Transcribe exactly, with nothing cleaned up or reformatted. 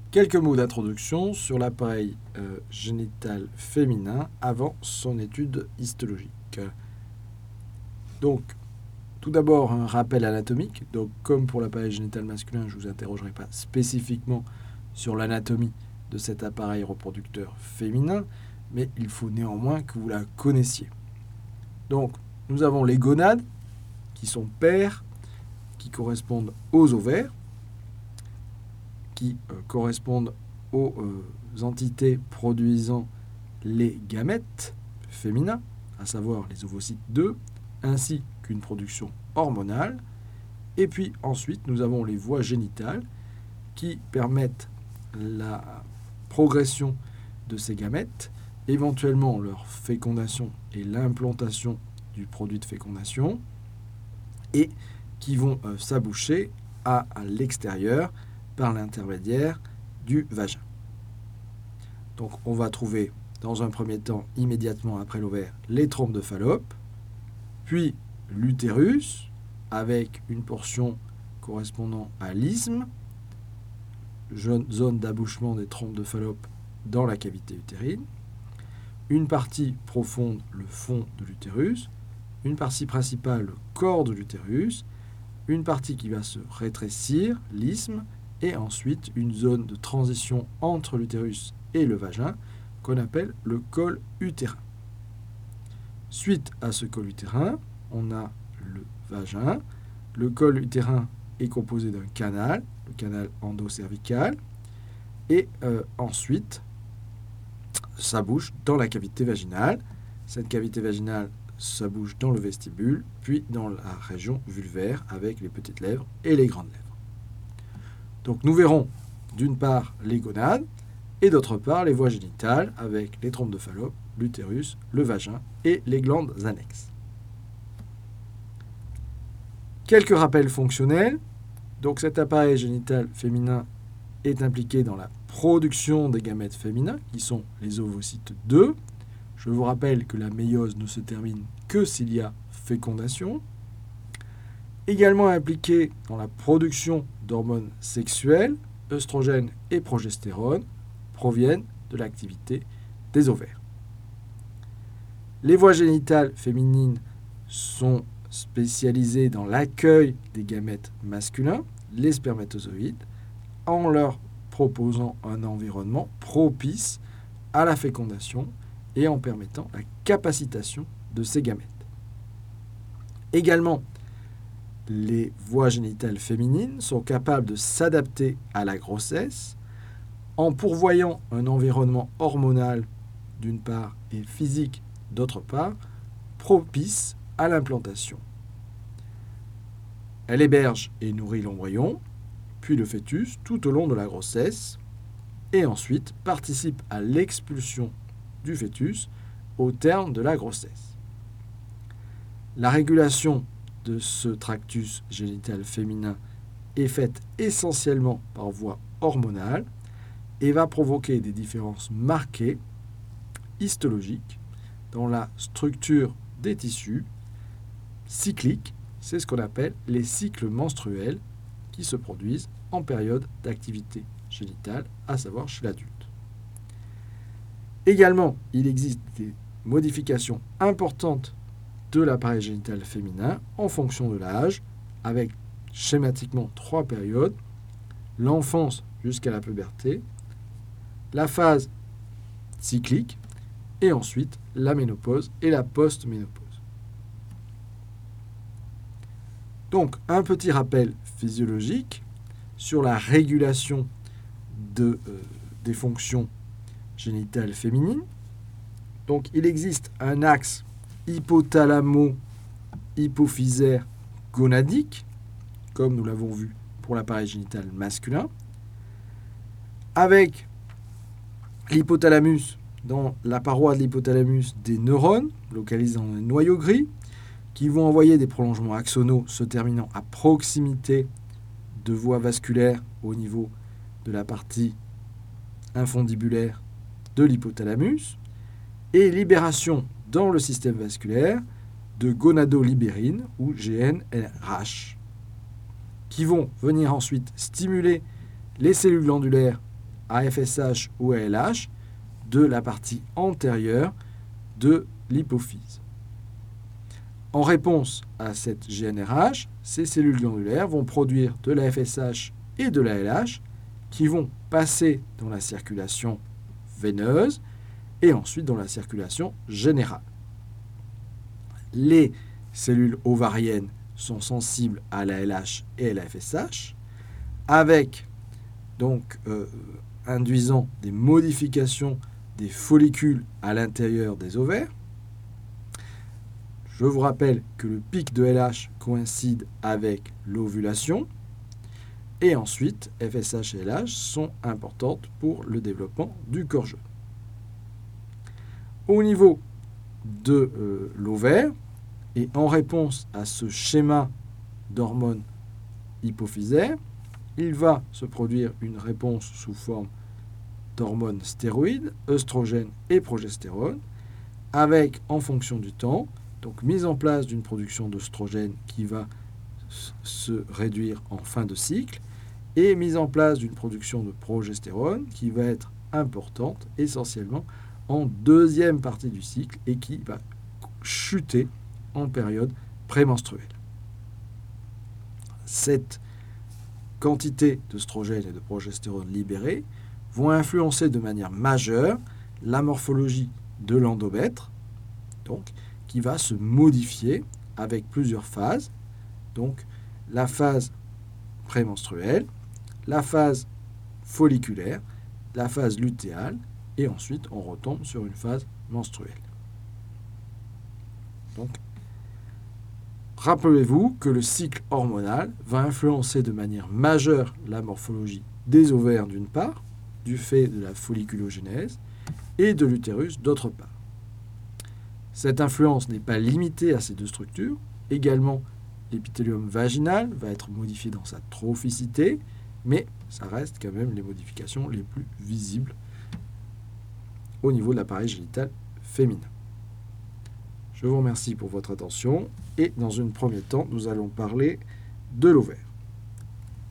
Quelques mots d'introduction sur l'appareil euh, génital féminin avant son étude histologique. Donc, tout d'abord, un rappel anatomique. Donc, comme pour l'appareil génital masculin, je ne vous interrogerai pas spécifiquement sur l'anatomie de cet appareil reproducteur féminin, mais il faut néanmoins que vous la connaissiez. Donc, nous avons les gonades, qui sont paires, qui correspondent aux ovaires, qui euh, correspondent aux euh, entités produisant les gamètes féminins, à savoir les ovocytes deux, ainsi qu'une production hormonale. Et puis ensuite, nous avons les voies génitales qui permettent la progression de ces gamètes, éventuellement leur fécondation et l'implantation du produit de fécondation, et qui vont euh, s'aboucher à, à l'extérieur par l'intermédiaire du vagin. Donc on va trouver dans un premier temps, immédiatement après l'ovaire, les trompes de Fallope, puis l'utérus, avec une portion correspondant à l'isthme, zone d'abouchement des trompes de Fallope dans la cavité utérine, une partie profonde, le fond de l'utérus, une partie principale, le corps de l'utérus, une partie qui va se rétrécir, l'isthme, et ensuite une zone de transition entre l'utérus et le vagin qu'on appelle le col utérin. Suite à ce col utérin, on a le vagin. Le col utérin est composé d'un canal, le canal endocervical, et euh, ensuite, ça bouge dans la cavité vaginale. Cette cavité vaginale, ça bouge dans le vestibule, puis dans la région vulvaire avec les petites lèvres et les grandes lèvres. Donc nous verrons d'une part les gonades et d'autre part les voies génitales avec les trompes de Fallope, l'utérus, le vagin et les glandes annexes. Quelques rappels fonctionnels. Donc cet appareil génital féminin est impliqué dans la production des gamètes féminins qui sont les ovocytes deux. Je vous rappelle que la méiose ne se termine que s'il y a fécondation. Également impliqué dans la production d'hormones sexuelles, œstrogènes et progestérone, proviennent de l'activité des ovaires. Les voies génitales féminines sont spécialisées dans l'accueil des gamètes masculins, les spermatozoïdes, en leur proposant un environnement propice à la fécondation et en permettant la capacitation de ces gamètes. Également, les voies génitales féminines sont capables de s'adapter à la grossesse en pourvoyant un environnement hormonal d'une part et physique d'autre part, propice à l'implantation. Elle héberge et nourrit l'embryon, puis le fœtus tout au long de la grossesse, et ensuite participe à l'expulsion du fœtus au terme de la grossesse. La régulation de ce tractus génital féminin est faite essentiellement par voie hormonale et va provoquer des différences marquées histologiques dans la structure des tissus cycliques. C'est ce qu'on appelle les cycles menstruels qui se produisent en période d'activité génitale, à savoir chez l'adulte. Également, il existe des modifications importantes de l'appareil génital féminin en fonction de l'âge, avec schématiquement trois périodes: l'enfance jusqu'à la puberté, la phase cyclique, et ensuite la ménopause et la post-ménopause. Donc, un petit rappel physiologique sur la régulation de, euh, des fonctions génitales féminines. Donc, il existe un axe hypothalamo-hypophysaire gonadique, comme nous l'avons vu pour l'appareil génital masculin, avec l'hypothalamus, dans la paroi de l'hypothalamus, des neurones localisés dans les noyaux gris, qui vont envoyer des prolongements axonaux se terminant à proximité de voies vasculaires au niveau de la partie infundibulaire de l'hypothalamus, et libération dans le système vasculaire de gonadolibérines ou G N R H, qui vont venir ensuite stimuler les cellules glandulaires A F S H ou A L H de la partie antérieure de l'hypophyse. En réponse à cette G N R H, ces cellules glandulaires vont produire de l'A F S H et de l'A L H qui vont passer dans la circulation veineuse et ensuite dans la circulation générale. Les cellules ovariennes sont sensibles à l'A L H et à l'A F S H, avec donc euh, induisant des modifications des follicules à l'intérieur des ovaires. Je vous rappelle que le pic de L H coïncide avec l'ovulation et ensuite F S H et L H sont importantes pour le développement du corps jeune. Au niveau de euh, l'ovaire et en réponse à ce schéma d'hormones hypophysaires, il va se produire une réponse sous forme d'hormones stéroïdes, œstrogènes et progestérone, avec, en fonction du temps, donc mise en place d'une production d'œstrogène qui va se réduire en fin de cycle, et mise en place d'une production de progestérone qui va être importante essentiellement en deuxième partie du cycle et qui va chuter en période prémenstruelle. Cette quantité d'œstrogène et de progestérone libérées vont influencer de manière majeure la morphologie de l'endomètre, donc qui va se modifier avec plusieurs phases. Donc la phase prémenstruelle, la phase folliculaire, la phase lutéale, et ensuite on retombe sur une phase menstruelle. Donc, rappelez-vous que le cycle hormonal va influencer de manière majeure la morphologie des ovaires d'une part, du fait de la folliculogénèse, et de l'utérus d'autre part. Cette influence n'est pas limitée à ces deux structures. Également, l'épithélium vaginal va être modifié dans sa trophicité, mais ça reste quand même les modifications les plus visibles au niveau de l'appareil génital féminin. Je vous remercie pour votre attention et dans un premier temps, nous allons parler de l'ovaire.